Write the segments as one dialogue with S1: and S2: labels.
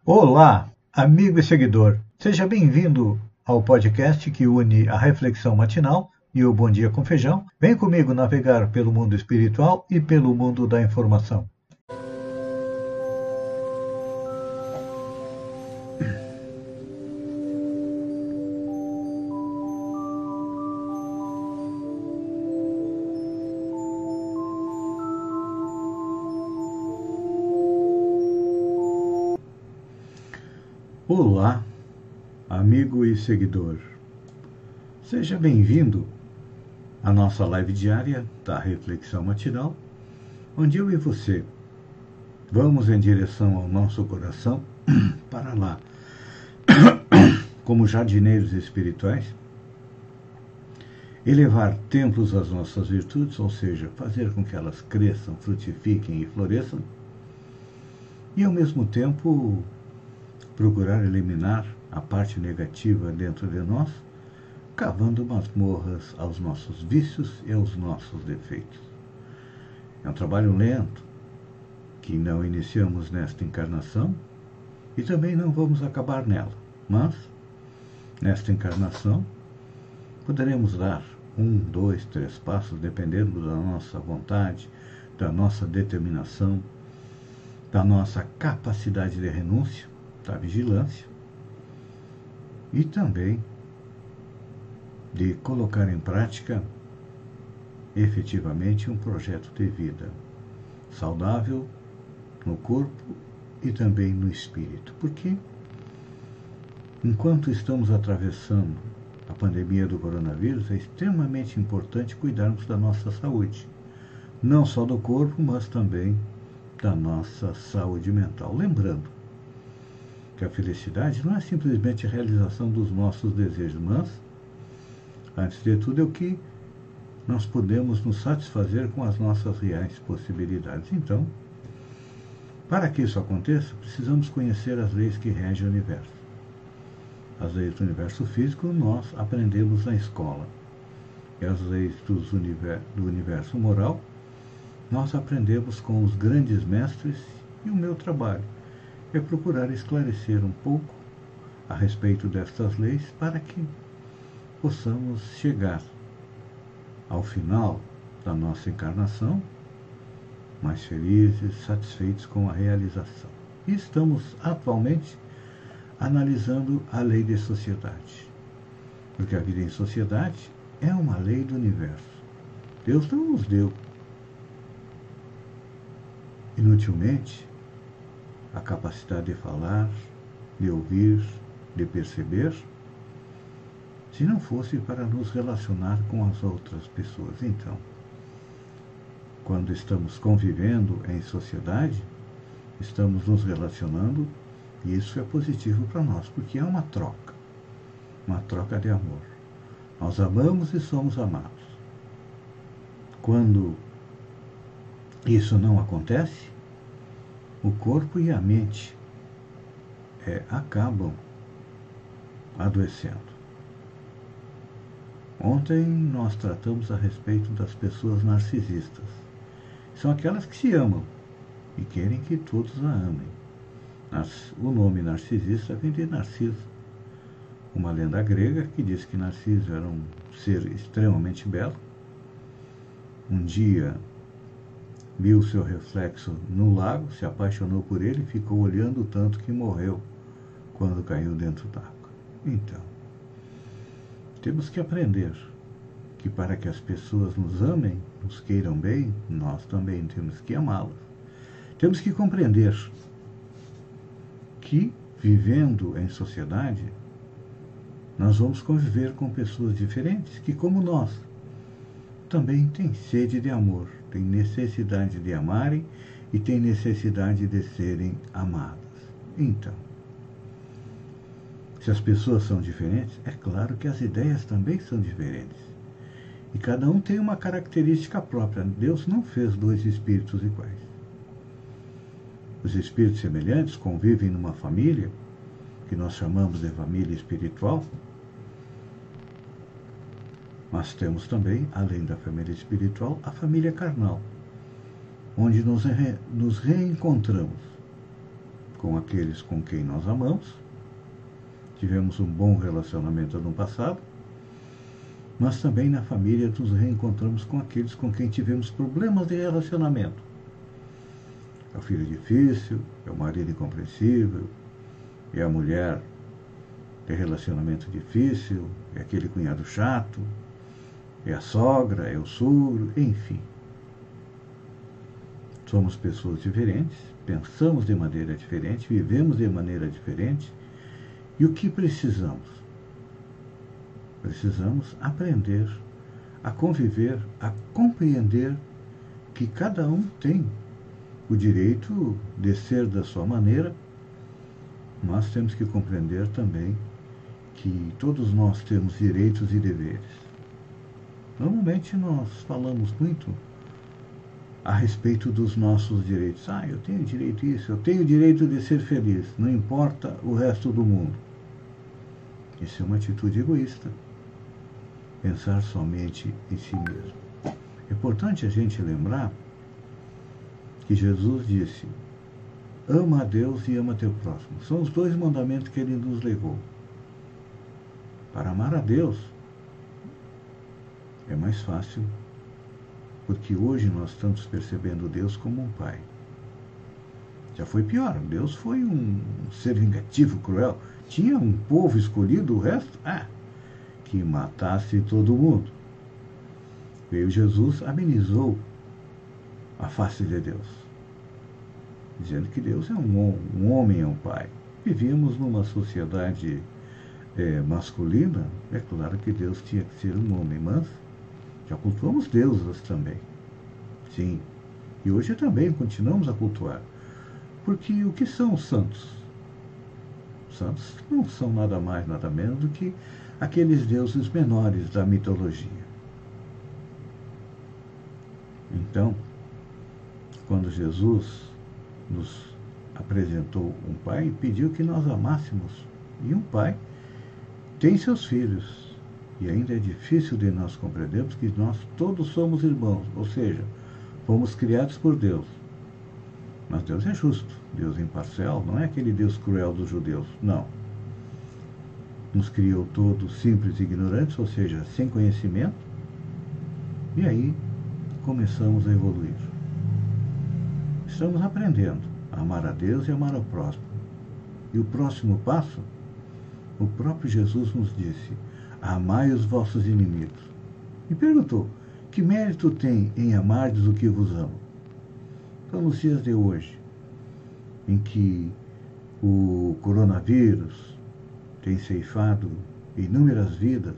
S1: Olá, amigo e seguidor. Seja bem-vindo ao podcast que une a reflexão matinal e o Bom Dia com Feijão. Vem comigo navegar pelo mundo espiritual e pelo mundo da informação. Olá, amigo e seguidor. Seja bem-vindo à nossa live diária da reflexão matinal, onde eu e você vamos em direção ao nosso coração para lá, como jardineiros espirituais, elevar templos às nossas virtudes, ou seja, fazer com que elas cresçam, frutifiquem e floresçam, e ao mesmo tempo procurar eliminar a parte negativa dentro de nós, cavando masmorras aos nossos vícios e aos nossos defeitos. É um trabalho lento, que não iniciamos nesta encarnação e também não vamos acabar nela, mas nesta encarnação poderemos dar 1, 2, 3 passos, dependendo da nossa vontade, da nossa determinação, da nossa capacidade de renúncia, da vigilância e também de colocar em prática efetivamente um projeto de vida saudável no corpo e também no espírito. Porque enquanto estamos atravessando a pandemia do coronavírus, é extremamente importante cuidarmos da nossa saúde, não só do corpo, mas também da nossa saúde mental. Lembrando que a felicidade não é simplesmente a realização dos nossos desejos, mas, antes de tudo, é o que nós podemos nos satisfazer com as nossas reais possibilidades. Então, para que isso aconteça, precisamos conhecer as leis que regem o universo. As leis do universo físico nós aprendemos na escola. E as leis do universo moral nós aprendemos com os grandes mestres, e o meu trabalho é procurar esclarecer um pouco a respeito destas leis para que possamos chegar ao final da nossa encarnação mais felizes, satisfeitos com a realização. E estamos atualmente analisando a lei de sociedade, porque a vida em sociedade é uma lei do universo. Deus não nos deu inutilmente a capacidade de falar, de ouvir, de perceber, se não fosse para nos relacionar com as outras pessoas. Então, quando estamos convivendo em sociedade, estamos nos relacionando, e isso é positivo para nós, porque é uma troca de amor. Nós amamos e somos amados. Quando isso não acontece, o corpo e a mente acabam adoecendo. Ontem nós tratamos a respeito das pessoas narcisistas. São aquelas que se amam e querem que todos a amem. O nome narcisista vem de Narciso, uma lenda grega que diz que Narciso era um ser extremamente belo. Um dia viu seu reflexo no lago, se apaixonou por ele e ficou olhando tanto que morreu quando caiu dentro d'água. Então, temos que aprender que para que as pessoas nos amem, nos queiram bem, nós também temos que amá-las. Temos que compreender que, vivendo em sociedade, nós vamos conviver com pessoas diferentes que, como nós, também têm sede de amor, têm necessidade de amarem e têm necessidade de serem amadas. Então, se as pessoas são diferentes, é claro que as ideias também são diferentes. E cada um tem uma característica própria. Deus não fez dois espíritos iguais. Os espíritos semelhantes convivem numa família, que nós chamamos de família espiritual, mas temos também, além da família espiritual, a família carnal, onde nos reencontramos com aqueles com quem nós amamos, tivemos um bom relacionamento no passado, mas também na família nos reencontramos com aqueles com quem tivemos problemas de relacionamento. É o filho difícil, é o marido incompreensível, é a mulher de relacionamento difícil, é aquele cunhado chato, é a sogra, é o sogro, enfim. Somos pessoas diferentes, pensamos de maneira diferente, vivemos de maneira diferente. E o que precisamos? Precisamos aprender a conviver, a compreender que cada um tem o direito de ser da sua maneira, mas temos que compreender também que todos nós temos direitos e deveres. Normalmente nós falamos muito a respeito dos nossos direitos. Eu tenho direito a isso, eu tenho o direito de ser feliz, não importa o resto do mundo. Isso é uma atitude egoísta. Pensar somente em si mesmo. É importante a gente lembrar que Jesus disse: ama a Deus e ama teu próximo. São os dois mandamentos que ele nos legou. Para amar a Deus é mais fácil, porque hoje nós estamos percebendo Deus como um pai. Já foi pior. Deus foi um ser vingativo, cruel. Tinha um povo escolhido, o resto, que matasse todo mundo. Veio Jesus, amenizou a face de Deus, dizendo que Deus é um homem, é um pai. Vivíamos numa sociedade masculina, é claro que Deus tinha que ser um homem, mas já cultuamos deusas também. Sim, e hoje também continuamos a cultuar. Porque o que são os santos? Os santos não são nada mais, nada menos do que aqueles deuses menores da mitologia. Então, quando Jesus nos apresentou um pai, pediu que nós amássemos. E um pai tem seus filhos. E ainda é difícil de nós compreendermos que nós todos somos irmãos. Ou seja, fomos criados por Deus. Mas Deus é justo. Deus é imparcial. Não é aquele Deus cruel dos judeus. Não. Nos criou todos simples e ignorantes, ou seja, sem conhecimento. E aí começamos a evoluir. Estamos aprendendo a amar a Deus e amar ao próximo. E o próximo passo, o próprio Jesus nos disse: amai os vossos inimigos. E perguntou: que mérito tem em amardes o que vos amo? Então, nos dias de hoje, em que o coronavírus tem ceifado inúmeras vidas,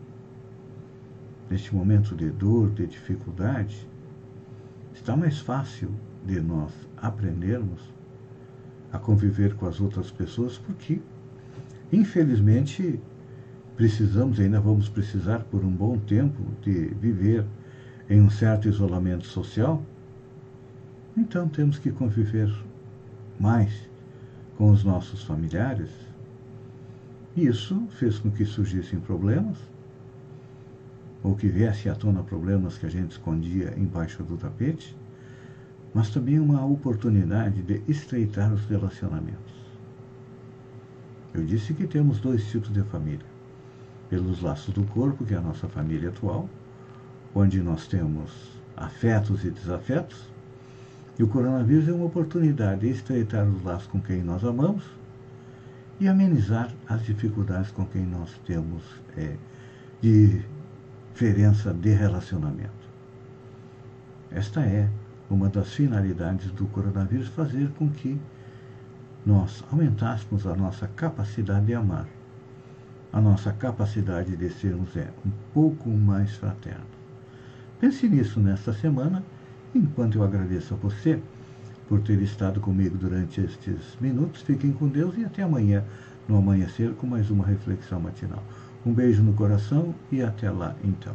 S1: neste momento de dor, de dificuldade, está mais fácil de nós aprendermos a conviver com as outras pessoas, porque, infelizmente, precisamos, ainda vamos precisar por um bom tempo, de viver em um certo isolamento social. Então temos que conviver mais com os nossos familiares. E isso fez com que surgissem problemas, ou que viesse à tona problemas que a gente escondia embaixo do tapete, mas também uma oportunidade de estreitar os relacionamentos. Eu disse que temos dois tipos de família. Pelos laços do corpo, que é a nossa família atual, onde nós temos afetos e desafetos, e o coronavírus é uma oportunidade de estreitar os laços com quem nós amamos e amenizar as dificuldades com quem nós temos diferença de relacionamento. Esta é uma das finalidades do coronavírus, fazer com que nós aumentássemos a nossa capacidade de amar, a nossa capacidade de sermos um pouco mais fraternos. Pense nisso nesta semana, enquanto eu agradeço a você por ter estado comigo durante estes minutos. Fiquem com Deus e até amanhã, no amanhecer, com mais uma reflexão matinal. Um beijo no coração e até lá, então.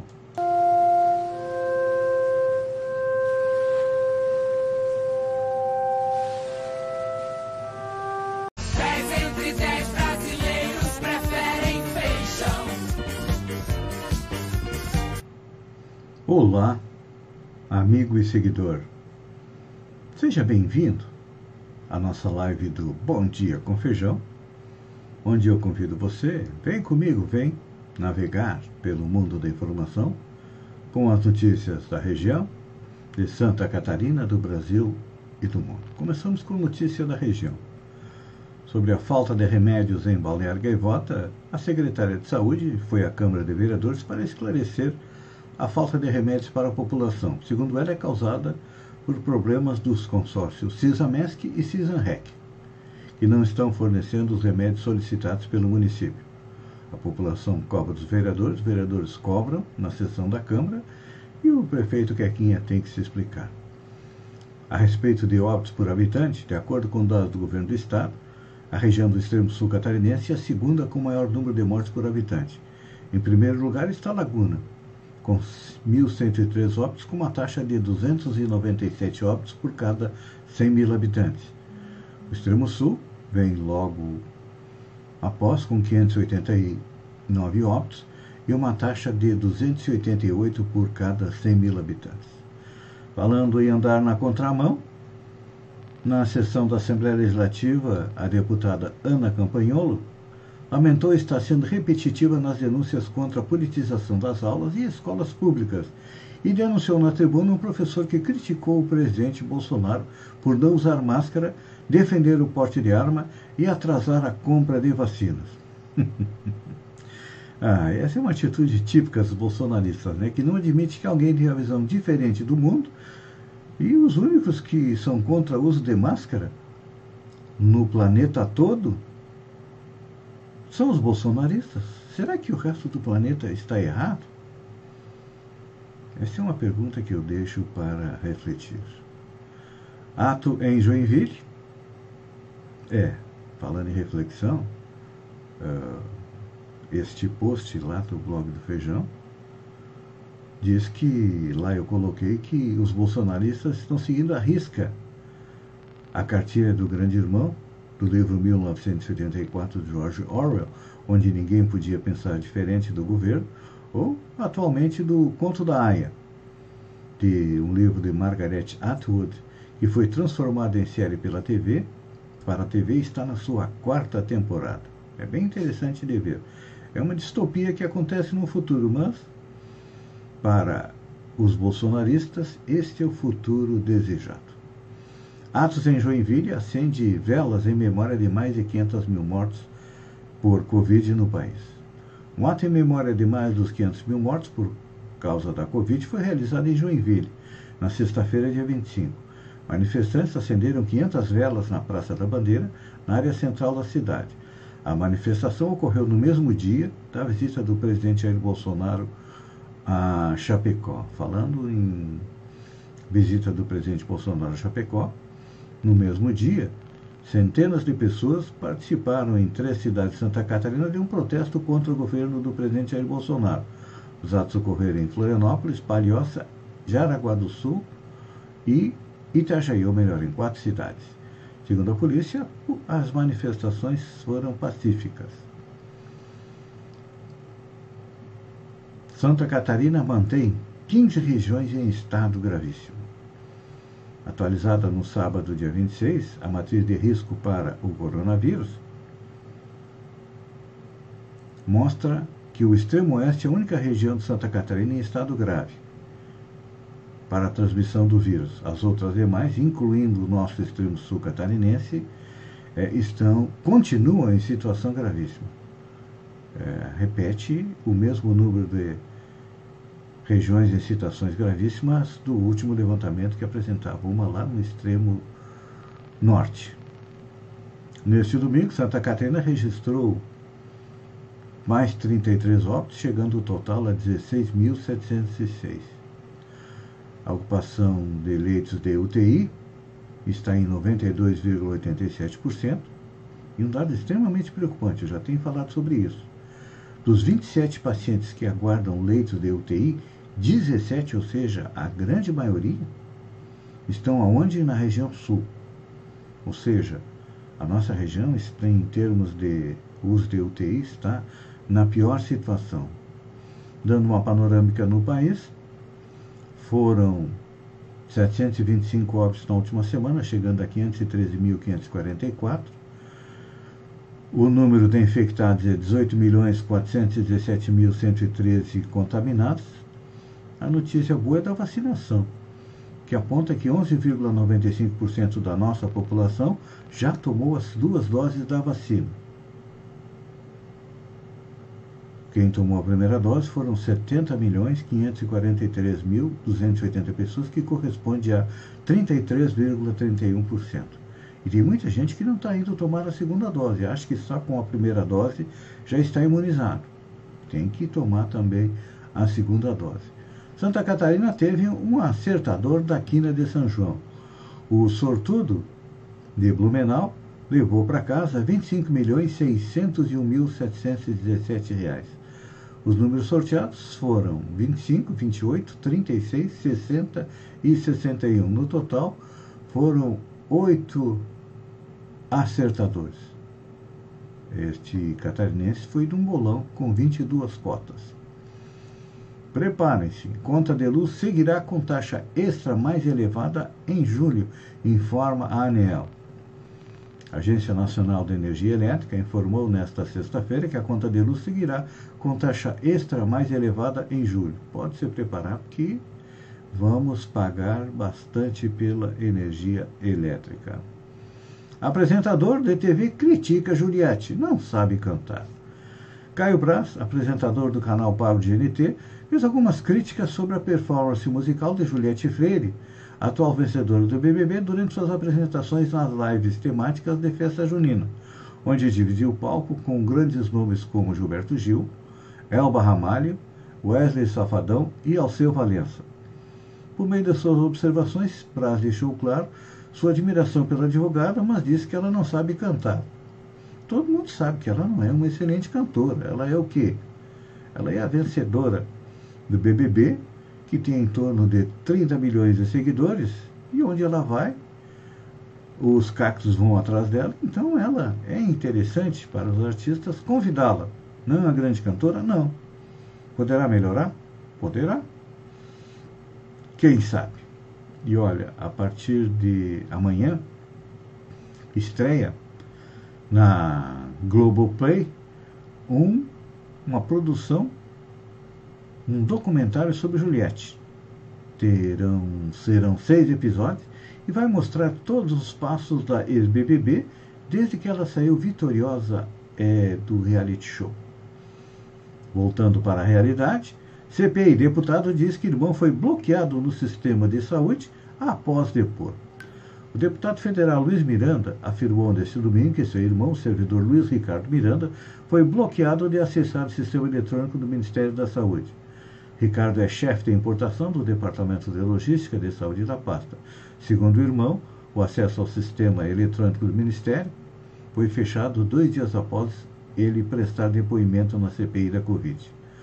S1: Olá, amigo e seguidor. Seja bem-vindo a nossa live do Bom Dia com Feijão, onde eu convido você, vem comigo, vem navegar pelo mundo da informação com as notícias da região, de Santa Catarina, do Brasil e do mundo. Começamos com notícia da região. Sobre a falta de remédios em Balneário Gaivota, a secretária de Saúde foi à Câmara de Vereadores para esclarecer a falta de remédios para a população. Segundo ela, é causada por problemas dos consórcios Cisamesc e Cisanrec, que não estão fornecendo os remédios solicitados pelo município. A população cobra dos vereadores, os vereadores cobram na sessão da Câmara e o prefeito Quequinha tem que se explicar. A respeito de óbitos por habitante, de acordo com dados do governo do estado, a região do extremo sul catarinense é a segunda com maior número de mortes por habitante. Em primeiro lugar está Laguna, com 1.103 óbitos, com uma taxa de 297 óbitos por cada 100 mil habitantes. O extremo sul vem logo após, com 589 óbitos e uma taxa de 288 por cada 100 mil habitantes. Falando em andar na contramão, na sessão da Assembleia Legislativa, a deputada Ana Campanholo lamentou estar sendo repetitiva nas denúncias contra a politização das aulas e escolas públicas e denunciou na tribuna um professor que criticou o presidente Bolsonaro por não usar máscara, defender o porte de arma e atrasar a compra de vacinas. Essa é uma atitude típica dos bolsonaristas, né? Que não admite que alguém tenha uma visão diferente do mundo, e os únicos que são contra o uso de máscara no planeta todo são os bolsonaristas. Será que o resto do planeta está errado? Essa é uma pergunta que eu deixo para refletir. Ato em Joinville. Falando em reflexão, este post lá do blog do Feijão diz que, lá eu coloquei que os bolsonaristas estão seguindo à risca a cartilha do Grande Irmão, do livro 1984 de George Orwell, onde ninguém podia pensar diferente do governo, ou atualmente do Conto da Aia, de um livro de Margaret Atwood, que foi transformado em série pela TV, para a TV, e está na sua 4ª temporada. É bem interessante de ver. É uma distopia que acontece no futuro, mas para os bolsonaristas, este é o futuro desejado. Atos em Joinville acende velas em memória de mais de 500 mil mortos por Covid no país. Um ato em memória de mais dos 500 mil mortos por causa da Covid foi realizado em Joinville, na sexta-feira, dia 25. Manifestantes acenderam 500 velas na Praça da Bandeira, na área central da cidade. A manifestação ocorreu no mesmo dia da visita do presidente Jair Bolsonaro a Chapecó. Falando em visita do presidente Bolsonaro a Chapecó, no mesmo dia, centenas de pessoas participaram em 3 cidades de Santa Catarina de um protesto contra o governo do presidente Jair Bolsonaro. Os atos ocorreram em Florianópolis, Palhoça, Jaraguá do Sul e Itajaí, ou melhor, em 4 cidades. Segundo a polícia, as manifestações foram pacíficas. Santa Catarina mantém 15 regiões em estado gravíssimo. Atualizada no sábado, dia 26, a matriz de risco para o coronavírus mostra que o extremo oeste é a única região de Santa Catarina em estado grave para a transmissão do vírus. As outras demais, incluindo o nosso extremo sul catarinense, continuam em situação gravíssima. Repete o mesmo número de regiões em situações gravíssimas do último levantamento, que apresentava uma lá no extremo norte. Neste domingo, Santa Catarina registrou mais 33 óbitos, chegando o total a 16.706. A ocupação de leitos de UTI está em 92,87%, e um dado extremamente preocupante, eu já tenho falado sobre isso. Dos 27 pacientes que aguardam leitos de UTI, 17, ou seja, a grande maioria, estão aonde? Na região sul. Ou seja, a nossa região, em termos de uso de UTI, está na pior situação. Dando uma panorâmica no país, foram 725 óbitos na última semana, chegando a 513.544. O número de infectados é 18.417.113 contaminados. A notícia boa é da vacinação, que aponta que 11,95% da nossa população já tomou as 2 doses da vacina. Quem tomou a primeira dose foram 70.543.280 pessoas, que corresponde a 33,31%. E tem muita gente que não está indo tomar a segunda dose, acha que só com a primeira dose já está imunizado. Tem que tomar também a segunda dose. Santa Catarina teve um acertador da quina de São João. O sortudo de Blumenau levou para casa R$ 25.601.717. Os números sorteados foram 25, 28, 36, 60 e 61. No total, foram 8 acertadores. Este catarinense foi de um bolão com 22 cotas. Preparem-se, conta de luz seguirá com taxa extra mais elevada em julho, informa a ANEEL. A Agência Nacional de Energia Elétrica informou nesta sexta-feira que a conta de luz seguirá com taxa extra mais elevada em julho. Pode se preparar que vamos pagar bastante pela energia elétrica. Apresentador de TV critica Juliette, não sabe cantar. Caio Braz, apresentador do canal Pago de GNT, fez algumas críticas sobre a performance musical de Juliette Freire, atual vencedora do BBB, durante suas apresentações nas lives temáticas de festa junina, onde dividiu o palco com grandes nomes como Gilberto Gil, Elba Ramalho, Wesley Safadão e Alceu Valença. Por meio de suas observações, Braz deixou claro sua admiração pela advogada, mas disse que ela não sabe cantar. Todo mundo sabe que ela não é uma excelente cantora. Ela é o quê? Ela é a vencedora do BBB, que tem em torno de 30 milhões de seguidores, e onde ela vai, os cactos vão atrás dela. Então ela é interessante para os artistas convidá-la. Não é uma grande cantora? Não. Poderá melhorar? Poderá. Quem sabe? E olha, a partir de amanhã, estreia na Globoplay uma produção, um documentário sobre Juliette. Serão 6 episódios e vai mostrar todos os passos da ex-BBB desde que ela saiu vitoriosa do reality show. Voltando para a realidade, CPI deputado diz que irmão foi bloqueado no sistema de saúde após depor. O deputado federal Luiz Miranda afirmou neste domingo que seu irmão, o servidor Luiz Ricardo Miranda, foi bloqueado de acessar o sistema eletrônico do Ministério da Saúde. Ricardo é chefe de importação do Departamento de Logística de Saúde da pasta. Segundo o irmão, o acesso ao sistema eletrônico do Ministério foi fechado 2 dias após ele prestar depoimento na CPI da Covid.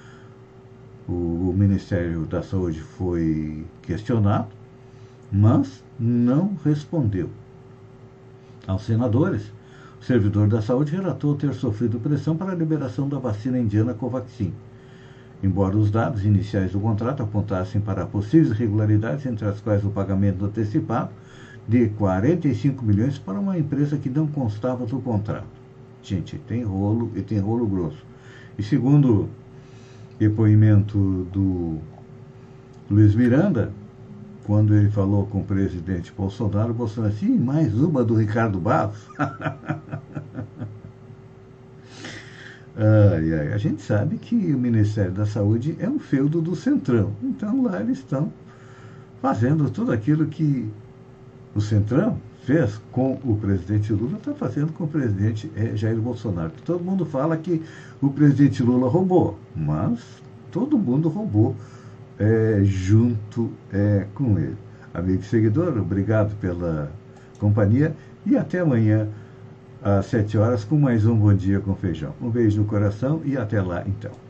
S1: O Ministério da Saúde foi questionado, mas não respondeu. Aos senadores, o servidor da saúde relatou ter sofrido pressão para a liberação da vacina indiana Covaxin. Embora os dados iniciais do contrato apontassem para possíveis irregularidades, entre as quais o pagamento antecipado de 45 milhões para uma empresa que não constava do contrato. Gente, tem rolo e tem rolo grosso. E segundo depoimento do Luiz Miranda, quando ele falou com o presidente Bolsonaro, o Bolsonaro disse: mais uma do Ricardo Barros? A gente sabe que o Ministério da Saúde é um feudo do Centrão. Então lá eles estão fazendo tudo aquilo que o Centrão fez com o presidente Lula, está fazendo com o presidente Jair Bolsonaro. Todo mundo fala que o presidente Lula roubou, mas todo mundo roubou junto com ele. Amigo e seguidor, obrigado pela companhia e até amanhã às 7 horas com mais um Bom Dia com Feijão. Um beijo no coração e até lá então.